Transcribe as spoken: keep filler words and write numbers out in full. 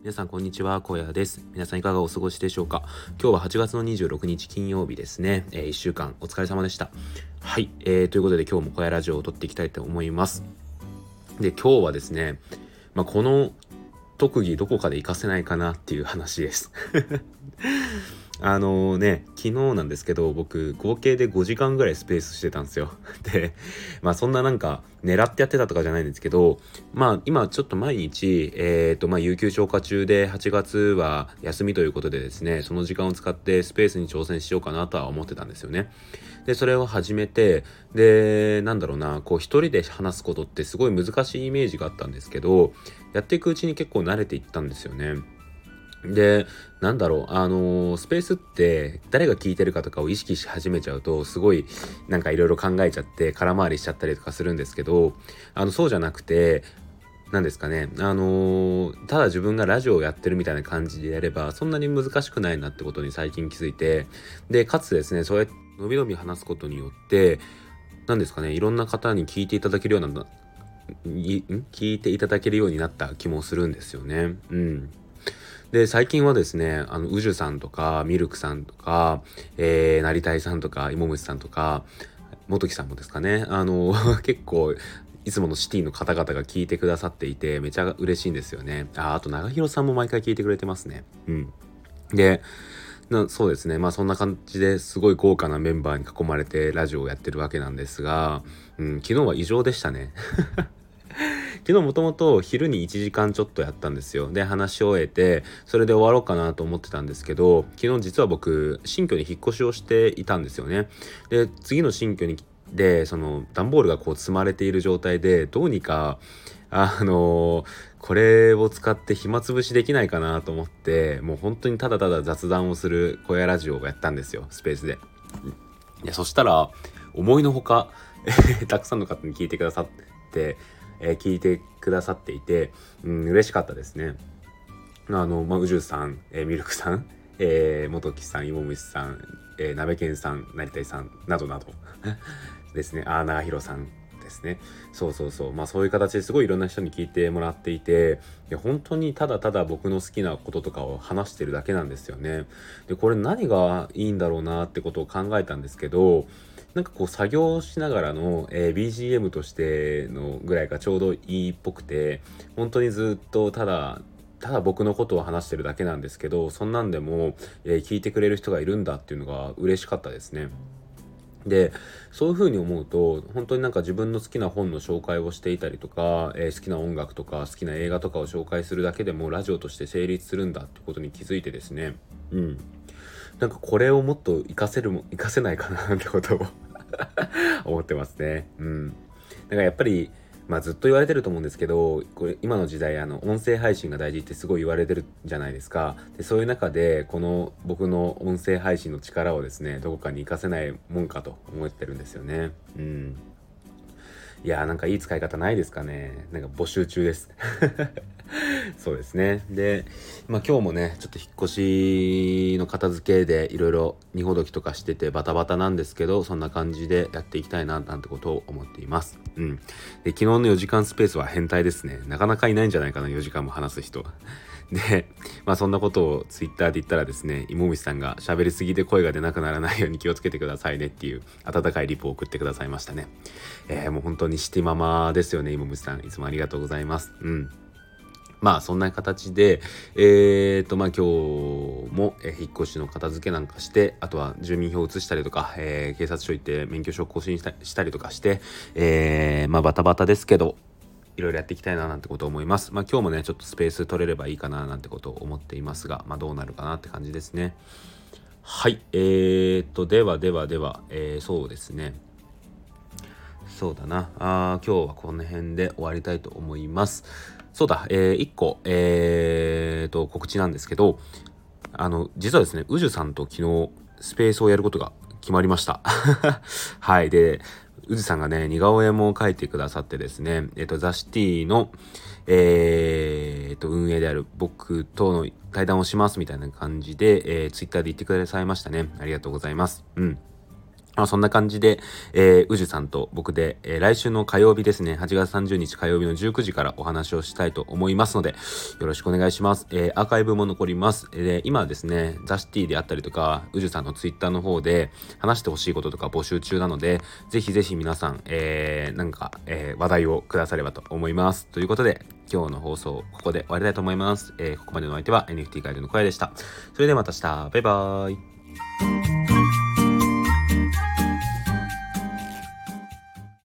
皆さんこんにちは、荒野です。皆さんいかがお過ごしでしょうか。今日ははちがつのにじゅうろくにち金曜日ですね、えー、いっしゅうかんお疲れ様でした。はい、えー、ということで今日も荒野ラジオを撮っていきたいと思います。で、今日はですね、まあ、この特技どこかで活かせないかなっていう話ですあのね、昨日なんですけど、僕合計でごじかんぐらいスペースしてたんですよ。で、まあそんななんか狙ってやってたとかじゃないんですけど、まあ今ちょっと毎日、えっとまあ有給消化中ではちがつは休みということでですね、その時間を使ってスペースに挑戦しようかなとは思ってたんですよね。で、それを始めて、で、なんだろうな、こう一人で話すことってすごい難しいイメージがあったんですけど、やっていくうちに結構慣れていったんですよね。で、なんだろう、あのースペースって誰が聞いてるかとかを意識し始めちゃうと、すごいなんかいろいろ考えちゃって空回りしちゃったりとかするんですけど、あの、そうじゃなくて、なんですかね、あのーただ自分がラジオをやってるみたいな感じでやれば、そんなに難しくないなってことに最近気づいて、で、かつですね、そうやってのびのび話すことによって、なんですかね、いろんな方に聞いていただけるような、いん聞いていただけるようになった気もするんですよね。うん。で、最近はですね、あの、うじゅさんとか、ミルクさんとか、えー、なりたいさんとか、いもむしさんとか、もときさんもですかね、あの、結構、いつものシティの方々が聞いてくださっていて、めちゃ嬉しいんですよね。あ、あと、長弘さんも毎回聞いてくれてますね。うん。で、なそうですね。まあそんな感じですごい豪華なメンバーに囲まれてラジオをやってるわけなんですが、うん、昨日は異常でしたね。昨日もともと昼にいちじかんちょっとやったんですよ。で、話し終えて、それで終わろうかなと思ってたんですけど、昨日実は僕、新居に引っ越しをしていたんですよね。で、次の新居にで、その段ボールがこう積まれている状態で、どうにか、あのーこれを使って暇つぶしできないかなと思って、もう本当にただただ雑談をする小屋ラジオをやったんですよ、スペースで。いや、そしたら、思いのほか、たくさんの方に聞いてくださって、えー聞いてくださっていて、うん、嬉しかったですね。あの、まあ、うじゅうさん、えーミルクさん、えー、もときさん、いもむしさん、えー、なべけんさん、なりたいさん、などなどですね、あー、長ひろさんですね。そうそうそう。まあそういう形ですごいいろんな人に聞いてもらっていて、いや本当にただただ僕の好きなこととかを話してるだけなんですよね。で、これ何がいいんだろうなってことを考えたんですけど、なんかこう作業しながらの、えー ビージーエム としてのぐらいがちょうどいいっぽくて、本当にずっとただただ僕のことを話してるだけなんですけど、そんなんでも、えー聞いてくれる人がいるんだっていうのが嬉しかったですね。で、そういう風に思うと、本当になんか自分の好きな本の紹介をしていたりとか、えー好きな音楽とか好きな映画とかを紹介するだけでもラジオとして成立するんだってことに気づいてですね。うん。なんかこれをもっと活かせるも、活かせないかなってことを思ってますね。うん。だからやっぱり、まあずっと言われてると思うんですけど、これ今の時代あの音声配信が大事ってすごい言われてるじゃないですか。で、そういう中でこの僕の音声配信の力をですね、どこかに活かせないもんかと思ってるんですよね。うん。いやーなんかいい使い方ないですかね。なんか募集中です。そうですね。で、まあ今日もね、ちょっと引っ越しの片付けでいろいろ荷ほどきとかしててバタバタなんですけど、そんな感じでやっていきたいななんてことを思っています。うん。で、昨日のよじかんスペースは変態ですね。なかなかいないんじゃないかな、よじかんも話す人。で、まあそんなことをツイッターで言ったらですね、いもみしさんが喋りすぎで声が出なくならないように気をつけてくださいねっていう温かいリプを送ってくださいましたね。えー、もう本当にシティママですよね、いもみしさん。いつもありがとうございます。うん。まあそんな形で、えーとまあ今日も、えー引っ越しの片付けなんかして、あとは住民票移したりとか、えー警察署行って免許証更新したしたりとかして、えーまあバタバタですけど、いろいろやっていきたいななんてことを思います。まあ今日もね、ちょっとスペース取れればいいかななんてことを思っていますが、まあどうなるかなって感じですね。はい、えーと、ではではでは、えーそうですね。そうだな。あー、今日はこの辺で終わりたいと思います。そうだ、えー、いっこ、えーと、告知なんですけど、あの、実はですね、うじゅさんと昨日、スペースをやることが決まりました。はい。で、うじさんがね、似顔絵も描いてくださってですね、えっと、ザ・シティの、えーと、運営である僕との対談をしますみたいな感じで、えー、ツイッターで言ってくださいましたね。ありがとうございます。うん。 まあ、そんな感じで、えー、宇治さんと僕で、えー、来週の火曜日ですね、はちがつさんじゅうにち火曜日のじゅうくじからお話をしたいと思いますので、よろしくお願いします。えー、アーカイブも残ります。えー、今ですね、ザシティであったりとか、宇治さんのツイッターの方で話してほしいこととか募集中なので、ぜひぜひ皆さん、えー、なんか、えー、話題をくださればと思います。ということで、今日の放送、ここで終わりたいと思います。えー、ここまでのお相手は エヌエフティー ガイドの小屋でした。それではまた明日、バイバーイ。